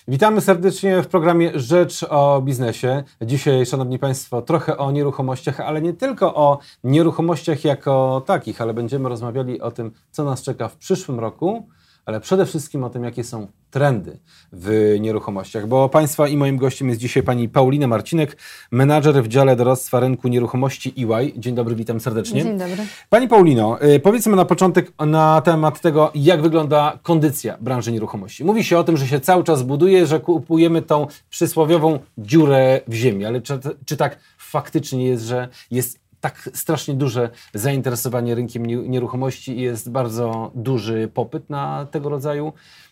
Witamy serdecznie w programie Rzecz o Biznesie. Dzisiaj, Szanowni Państwo, trochę o nieruchomościach, ale nie tylko o nieruchomościach jako takich, ale będziemy rozmawiali o tym, co nas czeka w przyszłym roku, ale przede wszystkim o tym, jakie są trendy w nieruchomościach. Bo Państwa i moim gościem jest dzisiaj pani Paulina Marcinek, menadżer w dziale doradztwa rynku nieruchomości EY. Dzień dobry, witam serdecznie. Dzień dobry. Pani Paulino, powiedzmy na początek na temat tego, jak wygląda kondycja branży nieruchomości. Mówi się o tym, że się cały czas buduje, że kupujemy tą przysłowiową dziurę w ziemi, ale czy tak faktycznie jest, że jest tak strasznie duże zainteresowanie rynkiem nieruchomości i jest bardzo duży popyt na tego rodzaju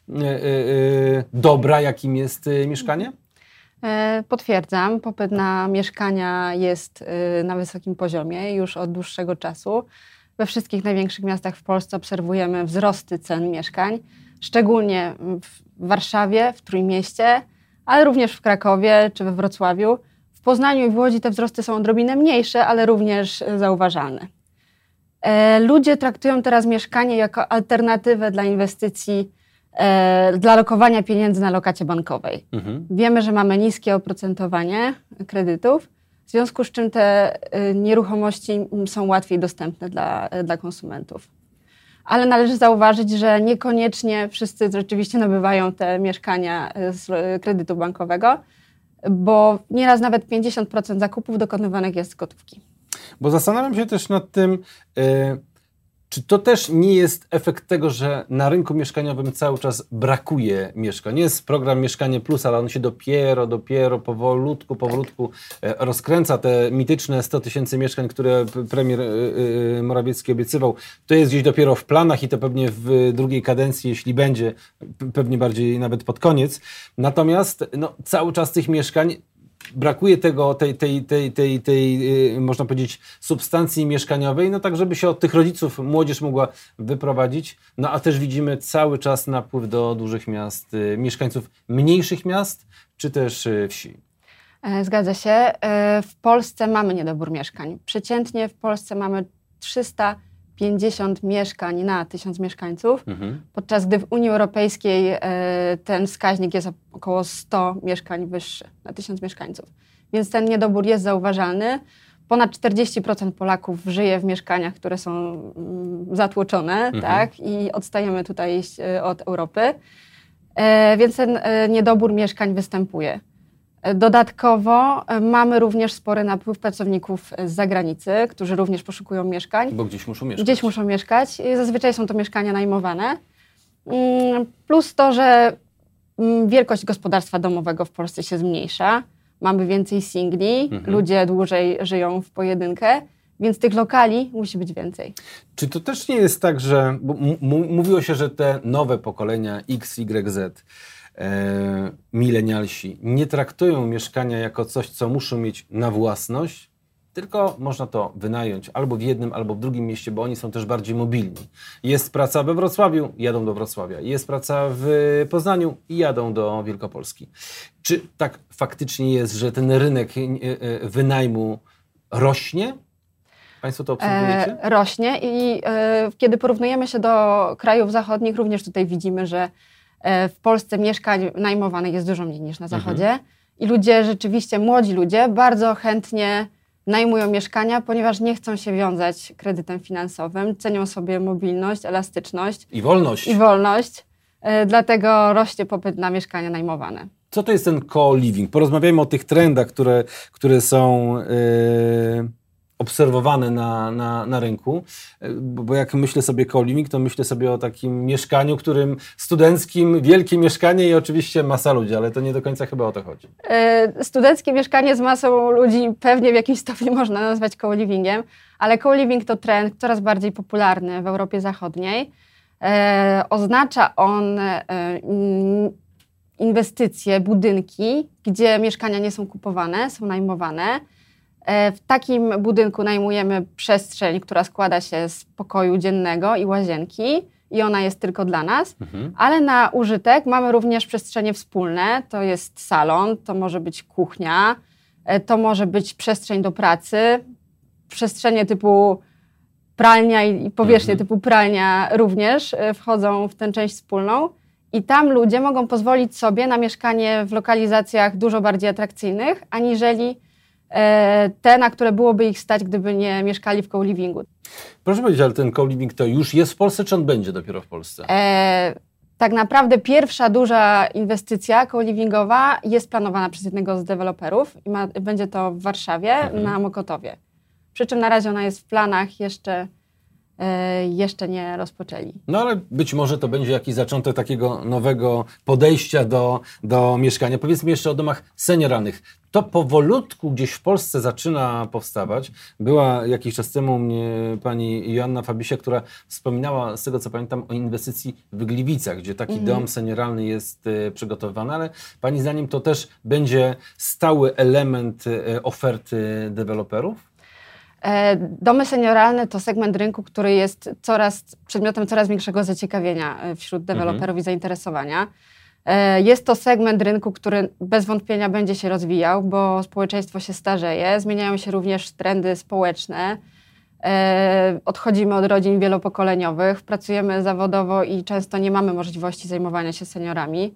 dobra, jakim jest mieszkanie? Potwierdzam, popyt na mieszkania jest na wysokim poziomie już od dłuższego czasu. We wszystkich największych miastach w Polsce obserwujemy wzrosty cen mieszkań, szczególnie w Warszawie, w Trójmieście, ale również w Krakowie czy we Wrocławiu. W Poznaniu i w Łodzi te wzrosty są odrobinę mniejsze, ale również zauważalne. Ludzie traktują teraz mieszkanie jako alternatywę dla inwestycji, dla lokowania pieniędzy na lokacie bankowej. Wiemy, że mamy niskie oprocentowanie kredytów, w związku z czym te nieruchomości są łatwiej dostępne dla konsumentów. Ale należy zauważyć, że niekoniecznie wszyscy rzeczywiście nabywają te mieszkania z kredytu bankowego, bo nieraz nawet 50% zakupów dokonywanych jest z gotówki. Bo zastanawiam się też nad tym, czy to też nie jest efekt tego, że na rynku mieszkaniowym cały czas brakuje mieszkań. Jest program Mieszkanie Plus, ale on się dopiero powolutku rozkręca. Te mityczne 100 000 mieszkań, które premier Morawiecki obiecywał, to jest gdzieś dopiero w planach i to pewnie w drugiej kadencji, jeśli będzie, pewnie bardziej nawet pod koniec. Natomiast cały czas tych mieszkań brakuje tej można powiedzieć, substancji mieszkaniowej, tak żeby się od tych rodziców młodzież mogła wyprowadzić. A też widzimy cały czas napływ do dużych miast, mieszkańców mniejszych miast, czy też wsi. Zgadza się. W Polsce mamy niedobór mieszkań. Przeciętnie w Polsce mamy 350 mieszkań na 1000 mieszkańców, podczas gdy w Unii Europejskiej ten wskaźnik jest około 100 mieszkań wyższy na 1000 mieszkańców. Więc ten niedobór jest zauważalny. Ponad 40% Polaków żyje w mieszkaniach, które są zatłoczone, tak? I odstajemy tutaj od Europy. Więc ten niedobór mieszkań występuje. Dodatkowo mamy również spory napływ pracowników z zagranicy, którzy również poszukują mieszkań. Bo gdzieś muszą mieszkać. Gdzieś muszą mieszkać. Zazwyczaj są to mieszkania najmowane. Plus to, że wielkość gospodarstwa domowego w Polsce się zmniejsza. Mamy więcej singli, ludzie dłużej żyją w pojedynkę, więc tych lokali musi być więcej. Czy to też nie jest tak, że bo mówiło się, że te nowe pokolenia X, Y, Z, milenialsi nie traktują mieszkania jako coś, co muszą mieć na własność, tylko można to wynająć albo w jednym, albo w drugim mieście, bo oni są też bardziej mobilni. Jest praca we Wrocławiu, jadą do Wrocławia. Jest praca w Poznaniu i jadą do Wielkopolski. Czy tak faktycznie jest, że ten rynek wynajmu rośnie? Państwo to obserwujecie? Rośnie i kiedy porównujemy się do krajów zachodnich, również tutaj widzimy, że w Polsce mieszkań najmowanych jest dużo mniej niż na Zachodzie i ludzie rzeczywiście, młodzi ludzie bardzo chętnie najmują mieszkania, ponieważ nie chcą się wiązać kredytem finansowym, cenią sobie mobilność, elastyczność i wolność. Dlatego rośnie popyt na mieszkania najmowane. Co to jest ten co-living? Porozmawiajmy o tych trendach, które są obserwowane na rynku, bo jak myślę sobie co-living, to myślę sobie o takim mieszkaniu, którym studenckim, wielkie mieszkanie i oczywiście masa ludzi, ale to nie do końca chyba o to chodzi. Studenckie mieszkanie z masą ludzi pewnie w jakimś stopniu można nazwać co-livingiem, ale co-living to trend coraz bardziej popularny w Europie Zachodniej. Oznacza on inwestycje, budynki, gdzie mieszkania nie są kupowane, są najmowane. W takim budynku najmujemy przestrzeń, która składa się z pokoju dziennego i łazienki i ona jest tylko dla nas, ale na użytek mamy również przestrzenie wspólne, to jest salon, to może być kuchnia, to może być przestrzeń do pracy, przestrzenie typu pralnia i powierzchnie typu pralnia również wchodzą w tę część wspólną I tam ludzie mogą pozwolić sobie na mieszkanie w lokalizacjach dużo bardziej atrakcyjnych, aniżeli te, na które byłoby ich stać, gdyby nie mieszkali w co-livingu. Proszę powiedzieć, ale ten co-living to już jest w Polsce, czy on będzie dopiero w Polsce? Tak naprawdę pierwsza duża inwestycja co-livingowa jest planowana przez jednego z deweloperów i będzie to w Warszawie, na Mokotowie. Przy czym na razie ona jest w planach, jeszcze nie rozpoczęli. No ale być może to będzie jakiś zaczątek takiego nowego podejścia do mieszkania. Powiedzmy jeszcze o domach senioralnych. To powolutku gdzieś w Polsce zaczyna powstawać. Była jakiś czas temu u mnie pani Joanna Fabisia, która wspominała, z tego co pamiętam, o inwestycji w Gliwicach, gdzie taki dom senioralny jest przygotowywany, ale pani zdaniem to też będzie stały element oferty deweloperów? Domy senioralne to segment rynku, który jest przedmiotem coraz większego zaciekawienia wśród deweloperów i zainteresowania. Jest to segment rynku, który bez wątpienia będzie się rozwijał, bo społeczeństwo się starzeje, zmieniają się również trendy społeczne. Odchodzimy od rodzin wielopokoleniowych, pracujemy zawodowo i często nie mamy możliwości zajmowania się seniorami.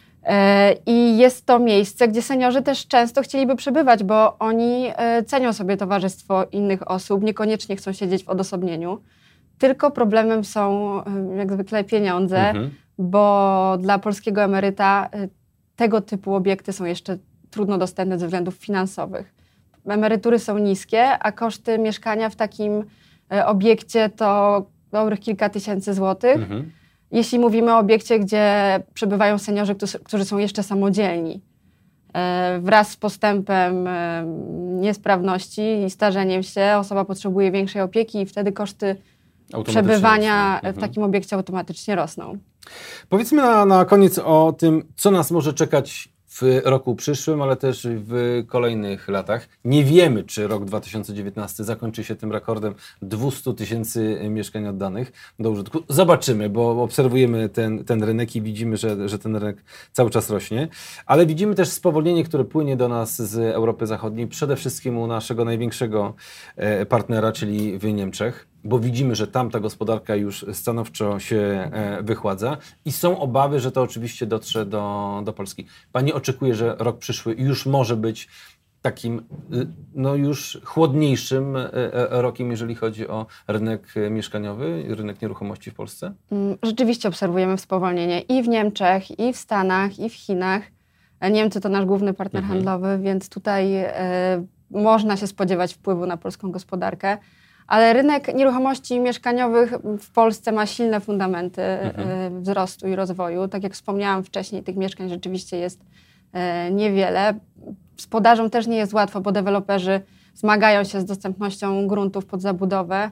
I jest to miejsce, gdzie seniorzy też często chcieliby przebywać, bo oni cenią sobie towarzystwo innych osób, niekoniecznie chcą siedzieć w odosobnieniu. Tylko problemem są jak zwykle pieniądze, bo dla polskiego emeryta tego typu obiekty są jeszcze trudno dostępne ze względów finansowych. Emerytury są niskie, a koszty mieszkania w takim obiekcie to dobrych kilka tysięcy złotych. Jeśli mówimy o obiekcie, gdzie przebywają seniorzy, którzy są jeszcze samodzielni. Wraz z postępem niesprawności i starzeniem się osoba potrzebuje większej opieki i wtedy koszty przebywania w takim obiekcie automatycznie rosną. Powiedzmy na koniec o tym, co nas może czekać w roku przyszłym, ale też w kolejnych latach. Nie wiemy, czy rok 2019 zakończy się tym rekordem 200 000 mieszkań oddanych do użytku. Zobaczymy, bo obserwujemy ten rynek i widzimy, że ten rynek cały czas rośnie. Ale widzimy też spowolnienie, które płynie do nas z Europy Zachodniej, przede wszystkim u naszego największego partnera, czyli w Niemczech, bo widzimy, że tam ta gospodarka już stanowczo się wychładza i są obawy, że to oczywiście dotrze do Polski. Pani oczekuje, że rok przyszły już może być takim już chłodniejszym rokiem, jeżeli chodzi o rynek mieszkaniowy, rynek nieruchomości w Polsce? Rzeczywiście obserwujemy spowolnienie i w Niemczech, i w Stanach, i w Chinach. Niemcy to nasz główny partner handlowy, więc tutaj można się spodziewać wpływu na polską gospodarkę. Ale rynek nieruchomości mieszkaniowych w Polsce ma silne fundamenty wzrostu i rozwoju. Tak jak wspomniałam wcześniej, tych mieszkań rzeczywiście jest niewiele. Gospodarzom też nie jest łatwo, bo deweloperzy zmagają się z dostępnością gruntów pod zabudowę.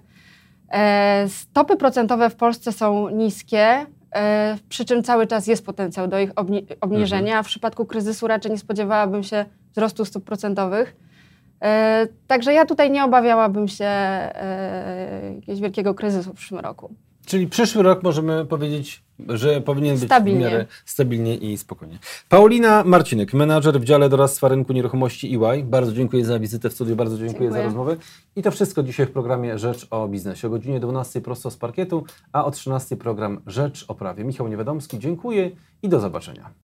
Stopy procentowe w Polsce są niskie, przy czym cały czas jest potencjał do ich obniżenia. W przypadku kryzysu raczej nie spodziewałabym się wzrostu stóp procentowych. Także ja tutaj nie obawiałabym się jakiegoś wielkiego kryzysu w przyszłym roku. Czyli przyszły rok możemy powiedzieć, że powinien być stabilnie. W miarę stabilnie i spokojnie. Paulina Marcinek, menadżer w dziale doradztwa rynku nieruchomości EY. Bardzo dziękuję za wizytę w studiu, bardzo dziękuję za rozmowę. I to wszystko dzisiaj w programie Rzecz o biznesie. O godzinie 12 prosto z parkietu, a o 13 program Rzecz o prawie. Michał Niewiadomski, dziękuję i do zobaczenia.